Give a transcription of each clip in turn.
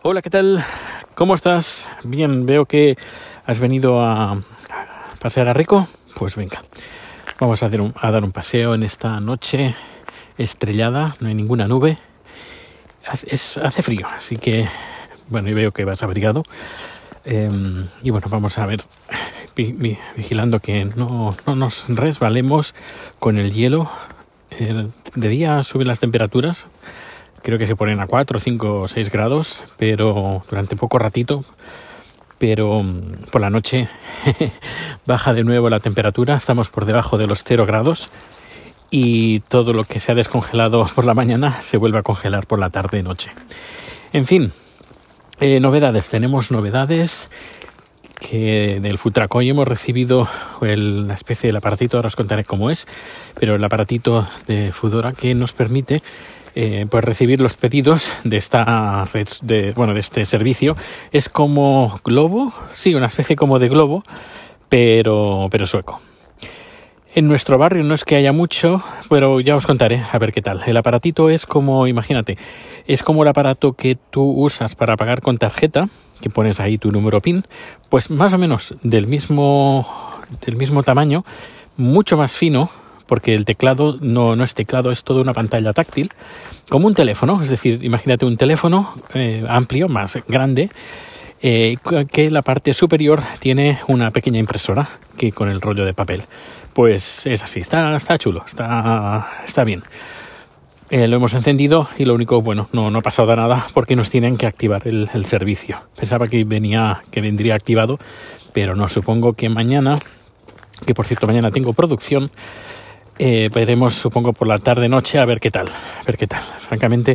Hola, ¿qué tal? ¿Cómo estás? Bien, veo que has venido a pasear a Rico. Pues venga, vamos a dar un paseo en esta noche estrellada, no hay ninguna nube. Hace frío, así que, bueno, y veo que vas abrigado. Y bueno, vamos a ver, vigilando que no nos resbalemos con el hielo. De día suben las temperaturas. Creo que se ponen a 4, 5 o 6 grados, pero durante poco ratito. Pero por la noche baja de nuevo la temperatura. Estamos por debajo de los 0 grados. Y todo lo que se ha descongelado por la mañana se vuelve a congelar por la tarde y noche. En fin, novedades. Tenemos novedades que del Food Truck. Hoy hemos recibido la especie del aparatito, ahora os contaré cómo es, pero el aparatito de Foodora que nos permite pues recibir los pedidos de esta red, de este servicio. Es como Globo, sí, una especie como de Globo, pero sueco. En nuestro barrio no es que haya mucho, pero ya os contaré a ver qué tal. El aparatito es como, imagínate, es como el aparato que tú usas para pagar con tarjeta, que pones ahí tu número PIN, pues más o menos del mismo tamaño, mucho más fino, porque el teclado no es teclado, es toda una pantalla táctil, como un teléfono. Es decir, imagínate un teléfono amplio, más grande, que la parte superior tiene una pequeña impresora que con el rollo de papel. Pues es así, está chulo, está bien. Lo hemos encendido y lo único, bueno, no ha pasado nada porque nos tienen que activar el servicio. Pensaba que vendría activado, pero no, supongo que mañana, que por cierto mañana tengo producción, veremos, supongo, por la tarde-noche a ver qué tal. Francamente,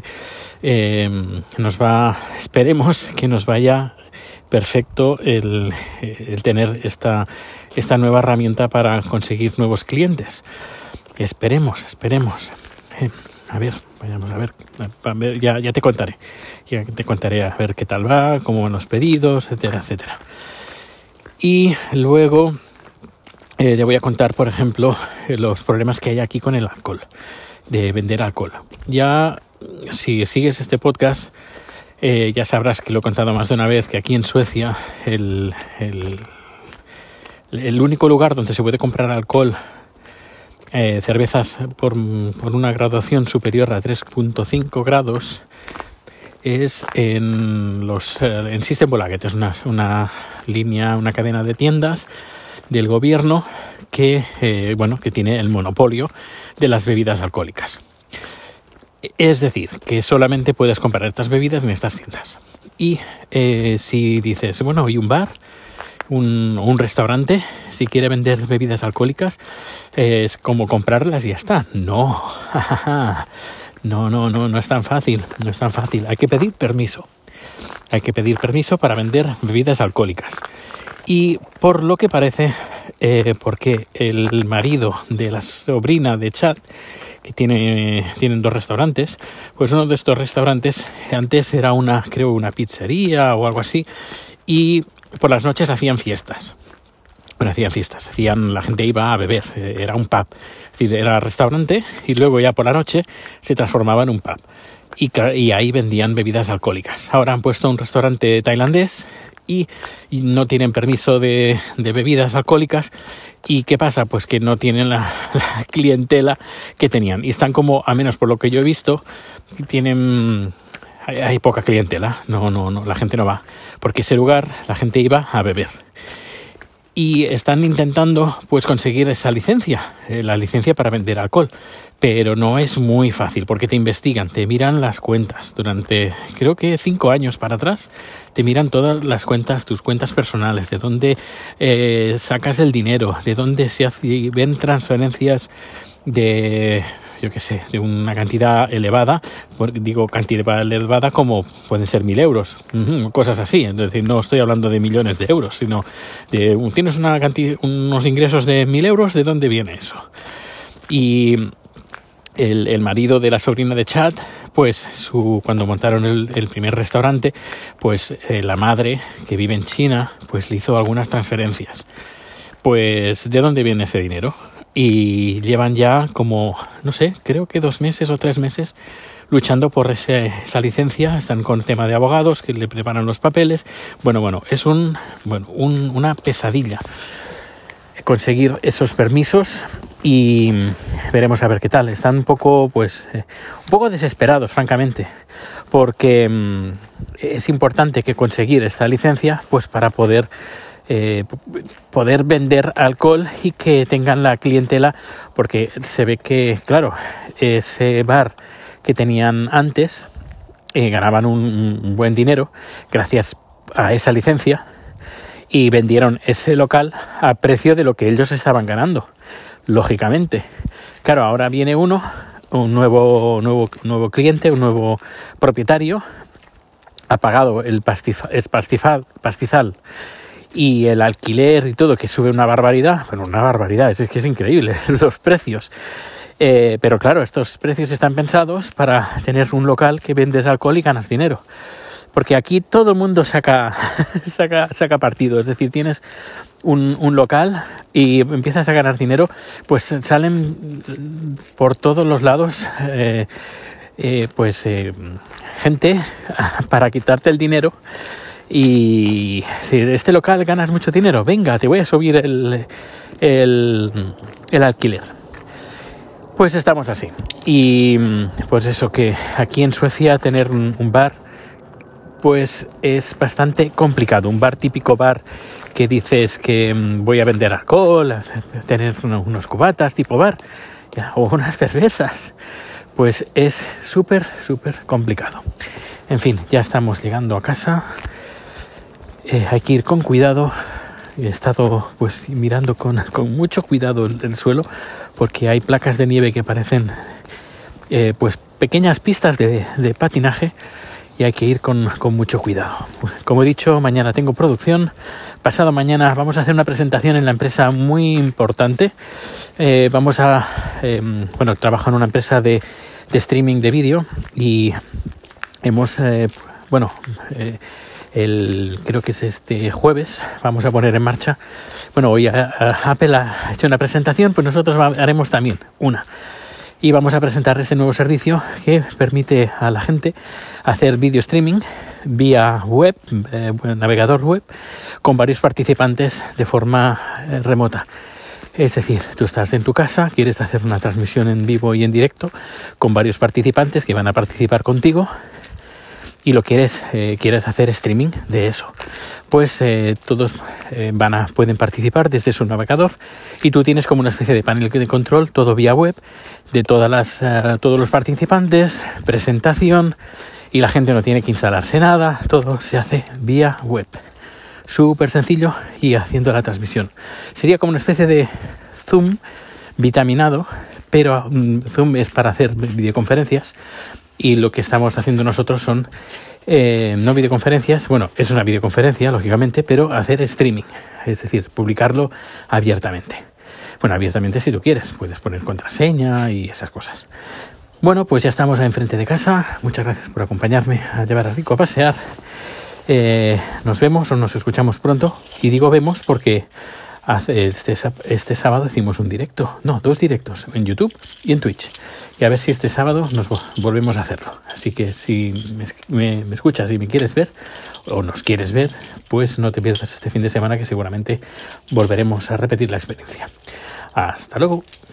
esperemos que nos vaya perfecto el tener esta nueva herramienta para conseguir nuevos clientes. Esperemos. A ver, vayamos a ver, ya te contaré a ver qué tal va, cómo van los pedidos, etcétera. Y luego le voy a contar, por ejemplo, los problemas que hay aquí con el alcohol, de vender alcohol. Ya, si sigues este podcast, ya sabrás que lo he contado más de una vez, que aquí en Suecia el único lugar donde se puede comprar alcohol, cervezas por una graduación superior a 3.5 grados, es en Systembolaget. Es una cadena de tiendas del gobierno que tiene el monopolio de las bebidas alcohólicas. Es decir, que solamente puedes comprar estas bebidas en estas tiendas. Y si dices, bueno, ¿y un bar? Un restaurante, si quiere vender bebidas alcohólicas, es como comprarlas y ya está. No es tan fácil. Hay que pedir permiso para vender bebidas alcohólicas. Y por lo que parece, porque el marido de la sobrina de Chad, que tienen 2 restaurantes, pues uno de estos restaurantes antes era una pizzería o algo así, y por las noches hacían fiestas. La gente iba a beber, era un pub. Es decir, era restaurante y luego ya por la noche se transformaba en un pub. Y ahí vendían bebidas alcohólicas. Ahora han puesto un restaurante tailandés y no tienen permiso de bebidas alcohólicas. ¿Y qué pasa? Pues que no tienen la clientela que tenían. Y están como, a menos por lo que yo he visto, hay poca clientela. No, la gente no va. Porque ese lugar la gente iba a beber. Y están intentando pues conseguir esa licencia, la licencia para vender alcohol. Pero no es muy fácil porque te investigan, te miran las cuentas. Durante, creo que 5 años para atrás, te miran todas las cuentas, tus cuentas personales, de dónde sacas el dinero, de dónde ven transferencias de una cantidad elevada. Digo cantidad elevada como pueden ser 1.000 euros, cosas así. Es decir, no estoy hablando de millones de euros, sino tienes unos ingresos de 1.000 euros, ¿de dónde viene eso? Y el marido de la sobrina de Chad, pues cuando montaron el primer restaurante, pues la madre, que vive en China, pues le hizo algunas transferencias. Pues, ¿de dónde viene ese dinero? Y llevan ya como, no sé, creo que 2 meses o 3 meses luchando por esa licencia. Están con el tema de abogados que le preparan los papeles. Bueno, es una pesadilla conseguir esos permisos y veremos a ver qué tal. Están un poco desesperados, francamente, porque es importante que conseguir esta licencia pues para poder vender alcohol y que tengan la clientela, porque se ve que, claro, ese bar que tenían antes ganaban un buen dinero gracias a esa licencia y vendieron ese local a precio de lo que ellos estaban ganando, lógicamente. Claro, ahora viene un nuevo cliente, un nuevo propietario, ha pagado el pastizal y el alquiler y todo, que sube una barbaridad. Bueno, una barbaridad, es que es increíble los precios. Pero claro, estos precios están pensados para tener un local que vendes alcohol y ganas dinero. Porque aquí todo el mundo saca partido. Es decir, tienes un local y empiezas a ganar dinero, pues salen por todos los lados gente para quitarte el dinero. Y si de este local ganas mucho dinero, venga, te voy a subir el alquiler. Pues estamos así. Y pues eso, que aquí en Suecia tener un bar pues es bastante complicado. Un bar, típico bar que dices que voy a vender alcohol, a tener unos cubatas tipo bar o unas cervezas, pues es súper complicado. En fin, ya estamos llegando a casa. Hay que ir con cuidado. He estado pues mirando con mucho cuidado el suelo, porque hay placas de nieve que parecen pues pequeñas pistas de patinaje, y hay que ir con mucho cuidado. Como he dicho, mañana tengo producción. Pasado mañana vamos a hacer una presentación en la empresa muy importante. Trabajo en una empresa de streaming de vídeo y hemos creo que es este jueves, vamos a poner en marcha. Bueno, hoy Apple ha hecho una presentación, pues nosotros haremos también una. Y vamos a presentar este nuevo servicio que permite a la gente hacer video streaming vía web, navegador web, con varios participantes de forma remota. Es decir, tú estás en tu casa, quieres hacer una transmisión en vivo y en directo con varios participantes que van a participar contigo, y quieres hacer streaming de eso, pues todos pueden participar desde su navegador, y tú tienes como una especie de panel de control, todo vía web, de todos los participantes, presentación, y la gente no tiene que instalarse nada, todo se hace vía web. Súper sencillo, y haciendo la transmisión. Sería como una especie de Zoom vitaminado, pero Zoom es para hacer videoconferencias. Y lo que estamos haciendo nosotros son no videoconferencias, bueno, es una videoconferencia, lógicamente, pero hacer streaming, es decir, publicarlo abiertamente. Bueno, abiertamente si tú quieres, puedes poner contraseña y esas cosas. Bueno, pues ya estamos enfrente de casa. Muchas gracias por acompañarme a llevar a Rico a pasear. Nos vemos o nos escuchamos pronto. Y digo vemos porque este sábado hicimos dos directos en YouTube y en Twitch. Y a ver si este sábado nos volvemos a hacerlo. Así que si me escuchas y me quieres ver o nos quieres ver, pues no te pierdas este fin de semana, que seguramente volveremos a repetir la experiencia. Hasta luego.